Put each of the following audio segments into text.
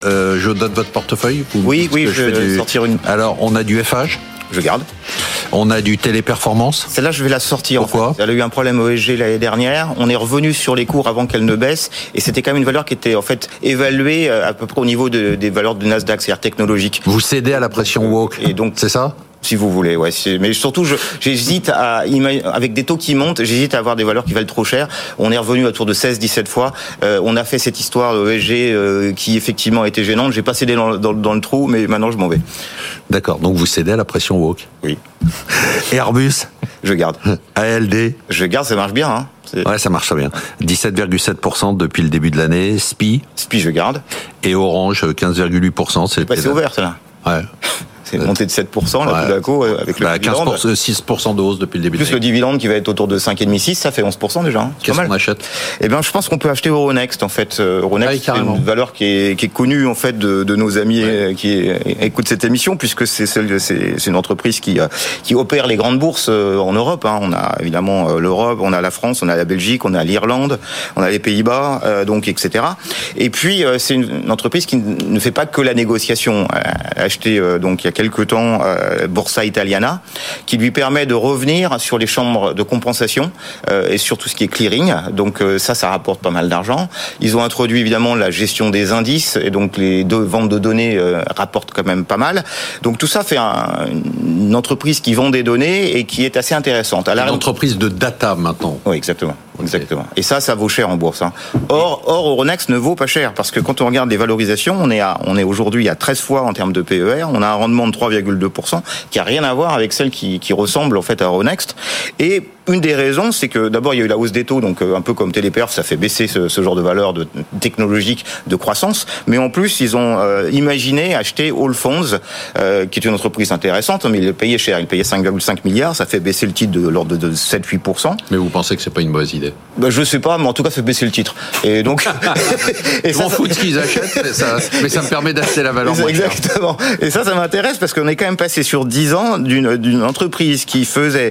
je donne votre portefeuille. Oui, je vais sortir une. Alors, on a du FH. Je garde. On a du téléperformance. Celle-là, je vais la sortir. Pourquoi ? En fait. Elle a eu un problème au ESG l'année dernière. On est revenu sur les cours avant qu'elle ne baisse. Et c'était quand même une valeur qui était en fait évaluée à peu près au niveau des valeurs du Nasdaq, c'est-à-dire technologique. Vous cédez à la pression woke. Et donc, c'est ça ? Si vous voulez, ouais. Mais surtout, j'hésite avec des taux qui montent, j'hésite à avoir des valeurs qui valent trop cher. On est revenu autour de 16-17 fois. On a fait cette histoire de ESG qui effectivement était gênante. J'ai pas cédé dans le trou, mais maintenant je m'en vais. D'accord. Donc vous cédez à la pression woke. Oui. Airbus. Je garde. ALD. Je garde, ça marche bien, hein. Ouais, ça marche très bien. 17,7% depuis le début de l'année. SPI. SPI, je garde. Et Orange, 15,8%. C'est passé ouvert, ça. Ouais. C'est une montée de 7%, là, tout d'un coup, avec le dividende. 6% de hausse depuis le début de l'année. Plus le dividende qui va être autour de 5,5-6, ça fait 11% déjà. Hein. Qu'est-ce qu'on achète ? Eh bien, je pense qu'on peut acheter Euronext, en fait. Euronext, c'est une valeur qui est connue, en fait, de nos amis qui écoutent cette émission, puisque c'est une entreprise qui opère les grandes bourses en Europe. Hein. On a évidemment l'Europe, on a la France, on a la Belgique, on a l'Irlande, on a les Pays-Bas, donc, etc. Et puis, c'est une entreprise qui ne fait pas que la négociation. Elle a acheté, donc, il y a quelques temps, Borsa Italiana, qui lui permet de revenir sur les chambres de compensation et sur tout ce qui est clearing. Donc ça rapporte pas mal d'argent. Ils ont introduit évidemment la gestion des indices et donc les ventes de données rapportent quand même pas mal. Donc tout ça fait une entreprise qui vend des données et qui est assez intéressante. Une entreprise de data maintenant. Oui, exactement. Exactement. Et ça vaut cher en bourse. Hein. Or, Euronext ne vaut pas cher parce que quand on regarde les valorisations, on est aujourd'hui à 13 fois en termes de PER. On a un rendement de 3,2% qui a rien à voir avec celle qui ressemble en fait à Euronext. Et une des raisons, c'est que d'abord il y a eu la hausse des taux, donc un peu comme Téléperf, ça fait baisser ce genre de valeur technologique de croissance. Mais en plus, ils ont imaginé acheter Allfunds, qui est une entreprise intéressante, mais il payait cher. Il payait 5,5 milliards, ça fait baisser le titre de l'ordre de 7-8%. Mais vous pensez que c'est pas une mauvaise idée ? Je sais pas, mais en tout cas, ça fait baisser le titre. Et donc, je m'en fous de ce qu'ils achètent, mais ça me permet d'acheter la valeur moins chère. Exactement. Et ça m'intéresse parce qu'on est quand même passé sur 10 ans d'une entreprise qui faisait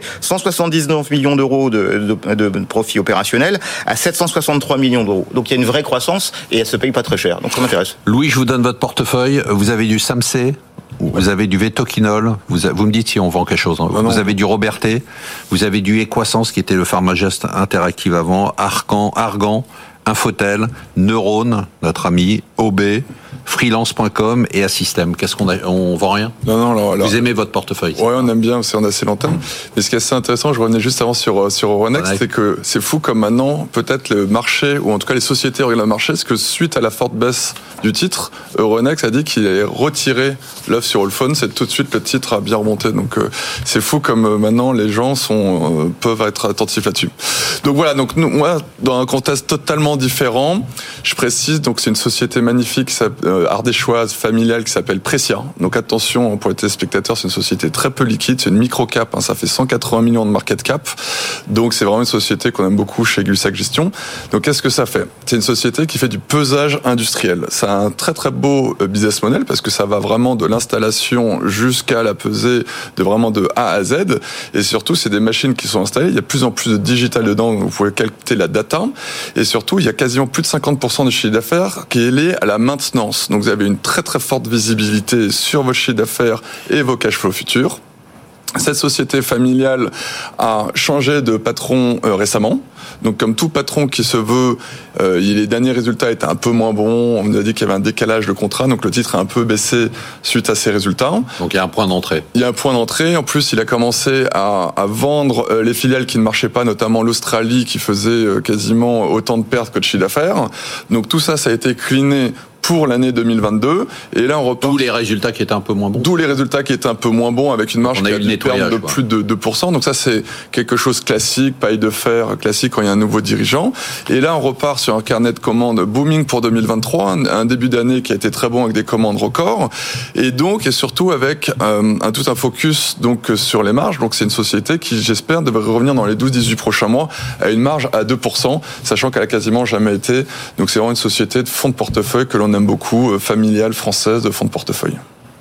179 millions d'euros de profit opérationnel à 763 millions d'euros. Donc il y a une vraie croissance et elle se paye pas très cher. Donc ça m'intéresse. Louis, je vous donne votre portefeuille. Vous avez du Samsé, vous avez du Vetoquinol, vous me dites si on vend quelque chose. Vous avez du Robertet, vous avez du Equasens qui était le Pharmagest Interactive avant, Argan, Infotel, Neurone, notre ami, OB, freelance.com et Assystem. Qu'est-ce qu'on a ? On vend rien ? Non. Vous aimez votre portefeuille ? Ouais, on aime bien, c'est on a assez longtemps. Mais ce qui est assez intéressant, je revenais juste avant sur Euronext, c'est que c'est fou comme maintenant, peut-être le marché, ou en tout cas les sociétés regardent le marché, parce que suite à la forte baisse du titre, Euronext a dit qu'il allait retirer l'offre sur Allfunds, et tout de suite le titre a bien remonté. Donc c'est fou comme maintenant les gens peuvent être attentifs là-dessus. Donc voilà, donc moi, dans un contexte totalement différent, je précise, donc c'est une société magnifique, ardéchoise, familiale, qui s'appelle Precia. Donc attention, pour les téléspectateurs, c'est une société très peu liquide, c'est une micro-cap, hein, ça fait 180 millions de market cap. Donc c'est vraiment une société qu'on aime beaucoup chez Gulsac Gestion. Donc qu'est-ce que ça fait ? C'est une société qui fait du pesage industriel. Ça a un très très beau business model parce que ça va vraiment de l'installation jusqu'à la pesée de A à Z. Et surtout, c'est des machines qui sont installées. Il y a de plus en plus de digital dedans, donc vous pouvez calculer la data. Et surtout, il y a quasiment plus de 50% du chiffre d'affaires qui est lié à la maintenance. Donc vous avez une très très forte visibilité sur vos chiffres d'affaires et vos cash flows futurs. Cette société familiale a changé de patron récemment. Donc comme tout patron qui se veut, les derniers résultats étaient un peu moins bons. On nous a dit qu'il y avait un décalage de contrat, donc le titre a un peu baissé suite à ces résultats. Donc il y a un point d'entrée. Il y a un point d'entrée. En plus, il a commencé à vendre les filiales qui ne marchaient pas, notamment l'Australie qui faisait quasiment autant de pertes que de chiffre d'affaires. Donc tout ça a été cleané pour l'année 2022. Et là, on repart. D'où les résultats qui étaient un peu moins bons. D'où les résultats qui étaient un peu moins bons avec une marge qui a dû perdre de plus de 2%. Donc ça, c'est quelque chose classique, paille de fer classique quand il y a un nouveau dirigeant. Et là, on repart sur un carnet de commandes booming pour 2023, un début d'année qui a été très bon avec des commandes records. Et donc, et surtout avec tout un focus donc sur les marges. Donc c'est une société qui, j'espère, devrait revenir dans les 12-18 prochains mois à une marge à 2%, sachant qu'elle a quasiment jamais été. Donc c'est vraiment une société de fonds de portefeuille que l'on aime beaucoup, familiale, française, de fonds de portefeuille.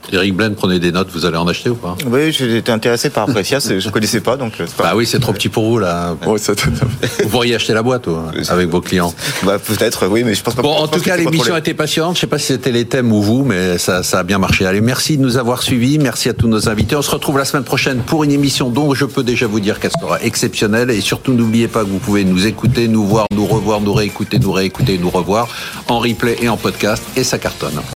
Eric Blaine, prenez des notes, vous allez en acheter ou pas? Oui, j'étais intéressé par Aprecia, je connaissais pas, donc. Bah oui, c'est trop petit pour vous, là. Ouais, vous pourriez acheter la boîte, avec vos clients. Bah, peut-être, oui, mais je pense pas. Bon, en tout cas, l'émission était passionnante. Je sais pas si c'était les thèmes ou vous, mais ça a bien marché. Allez, merci de nous avoir suivis. Merci à tous nos invités. On se retrouve la semaine prochaine pour une émission dont je peux déjà vous dire qu'elle sera exceptionnelle. Et surtout, n'oubliez pas que vous pouvez nous écouter, nous voir, nous revoir, nous réécouter, nous revoir en replay et en podcast. Et ça cartonne.